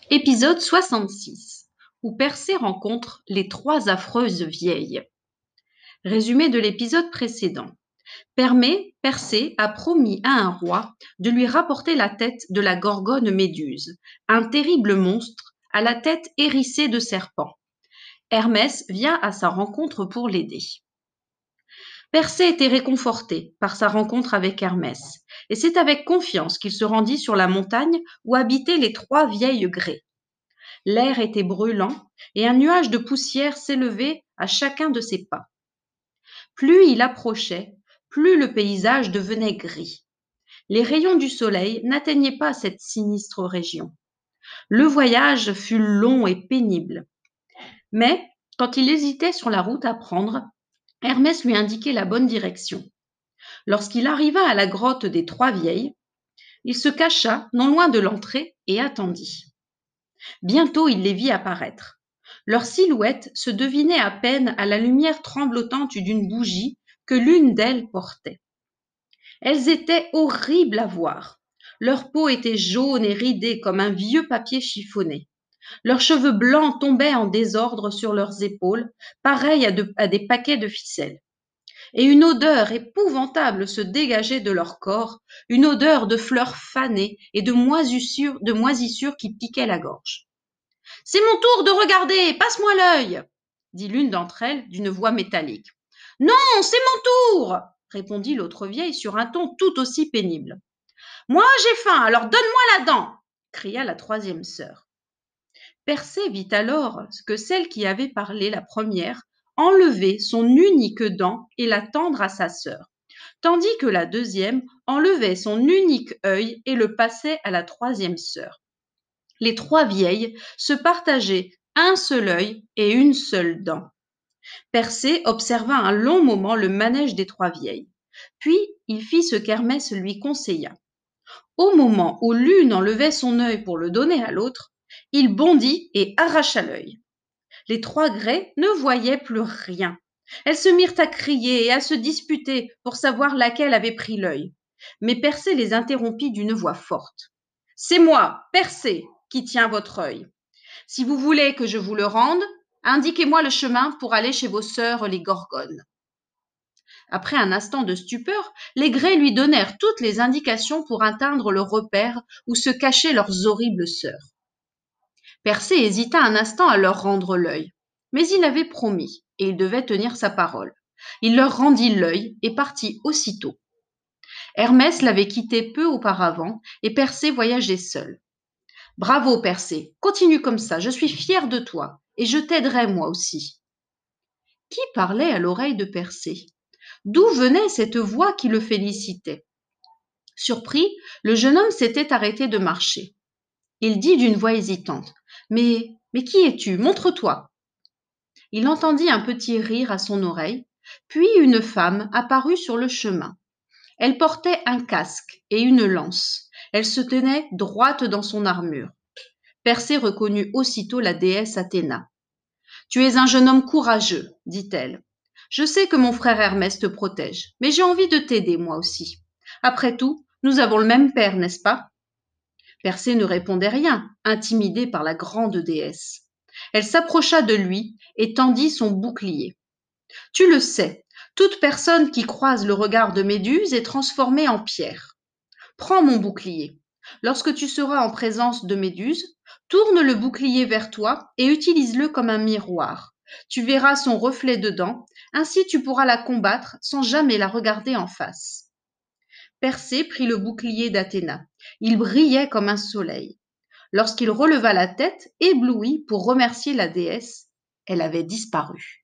Épisode 66, où Persée rencontre les trois affreuses vieilles. Résumé de l'épisode précédent. Persée a promis à un roi de lui rapporter la tête de la gorgone Méduse, un terrible monstre à la tête hérissée de serpents. Hermès vient à sa rencontre pour l'aider. Persée était réconforté par sa rencontre avec Hermès, et c'est avec confiance qu'il se rendit sur la montagne où habitaient les trois vieilles grées. L'air était brûlant et un nuage de poussière s'élevait à chacun de ses pas. Plus il approchait, plus le paysage devenait gris. Les rayons du soleil n'atteignaient pas cette sinistre région. Le voyage fut long et pénible. Mais, quand il hésitait sur la route à prendre, Hermès lui indiquait la bonne direction. Lorsqu'il arriva à la grotte des Trois Vieilles, il se cacha non loin de l'entrée et attendit. Bientôt il les vit apparaître. Leurs silhouettes se devinaient à peine à la lumière tremblotante d'une bougie que l'une d'elles portait. Elles étaient horribles à voir. Leur peau était jaune et ridée comme un vieux papier chiffonné. Leurs cheveux blancs tombaient en désordre sur leurs épaules, pareils à des paquets de ficelles. Et une odeur épouvantable se dégageait de leur corps, une odeur de fleurs fanées et de moisissures qui piquaient la gorge. « C'est mon tour de regarder, passe-moi l'œil !» dit l'une d'entre elles d'une voix métallique. « Non, c'est mon tour !» répondit l'autre vieille sur un ton tout aussi pénible. « Moi, j'ai faim, alors donne-moi la dent !» cria la troisième sœur. Persée vit alors que celle qui avait parlé la première enlevait son unique dent et la tendre à sa sœur, tandis que la deuxième enlevait son unique œil et le passait à la troisième sœur. Les trois vieilles se partageaient un seul œil et une seule dent. Persée observa un long moment le manège des trois vieilles. Puis il fit ce qu'Hermès lui conseilla. Au moment où l'une enlevait son œil pour le donner à l'autre, il bondit et arracha l'œil. Les trois grès ne voyaient plus rien. Elles se mirent à crier et à se disputer pour savoir laquelle avait pris l'œil. Mais Persée les interrompit d'une voix forte. « C'est moi, Persée, qui tient votre œil. Si vous voulez que je vous le rende, indiquez-moi le chemin pour aller chez vos sœurs les Gorgones. » Après un instant de stupeur, les grès lui donnèrent toutes les indications pour atteindre le repère où se cachaient leurs horribles sœurs. Persée hésita un instant à leur rendre l'œil, mais il avait promis et il devait tenir sa parole. Il leur rendit l'œil et partit aussitôt. Hermès l'avait quitté peu auparavant et Persée voyageait seul. « Bravo, Persée, continue comme ça, je suis fière de toi, et je t'aiderai moi aussi. » Qui parlait à l'oreille de Persée ? D'où venait cette voix qui le félicitait ? Surpris, le jeune homme s'était arrêté de marcher. Il dit d'une voix hésitante : « Mais qui es-tu ? Montre-toi !» Il entendit un petit rire à son oreille, puis une femme apparut sur le chemin. Elle portait un casque et une lance. Elle se tenait droite dans son armure. Persée reconnut aussitôt la déesse Athéna. « Tu es un jeune homme courageux, dit-elle. Je sais que mon frère Hermès te protège, mais j'ai envie de t'aider moi aussi. Après tout, nous avons le même père, n'est-ce pas ?» Persée ne répondait rien, intimidée par la grande déesse. Elle s'approcha de lui et tendit son bouclier. « Tu le sais, toute personne qui croise le regard de Méduse est transformée en pierre. Prends mon bouclier. Lorsque tu seras en présence de Méduse, tourne le bouclier vers toi et utilise-le comme un miroir. Tu verras son reflet dedans, ainsi tu pourras la combattre sans jamais la regarder en face. » Persée prit le bouclier d'Athéna. Il brillait comme un soleil. Lorsqu'il releva la tête, ébloui pour remercier la déesse, elle avait disparu.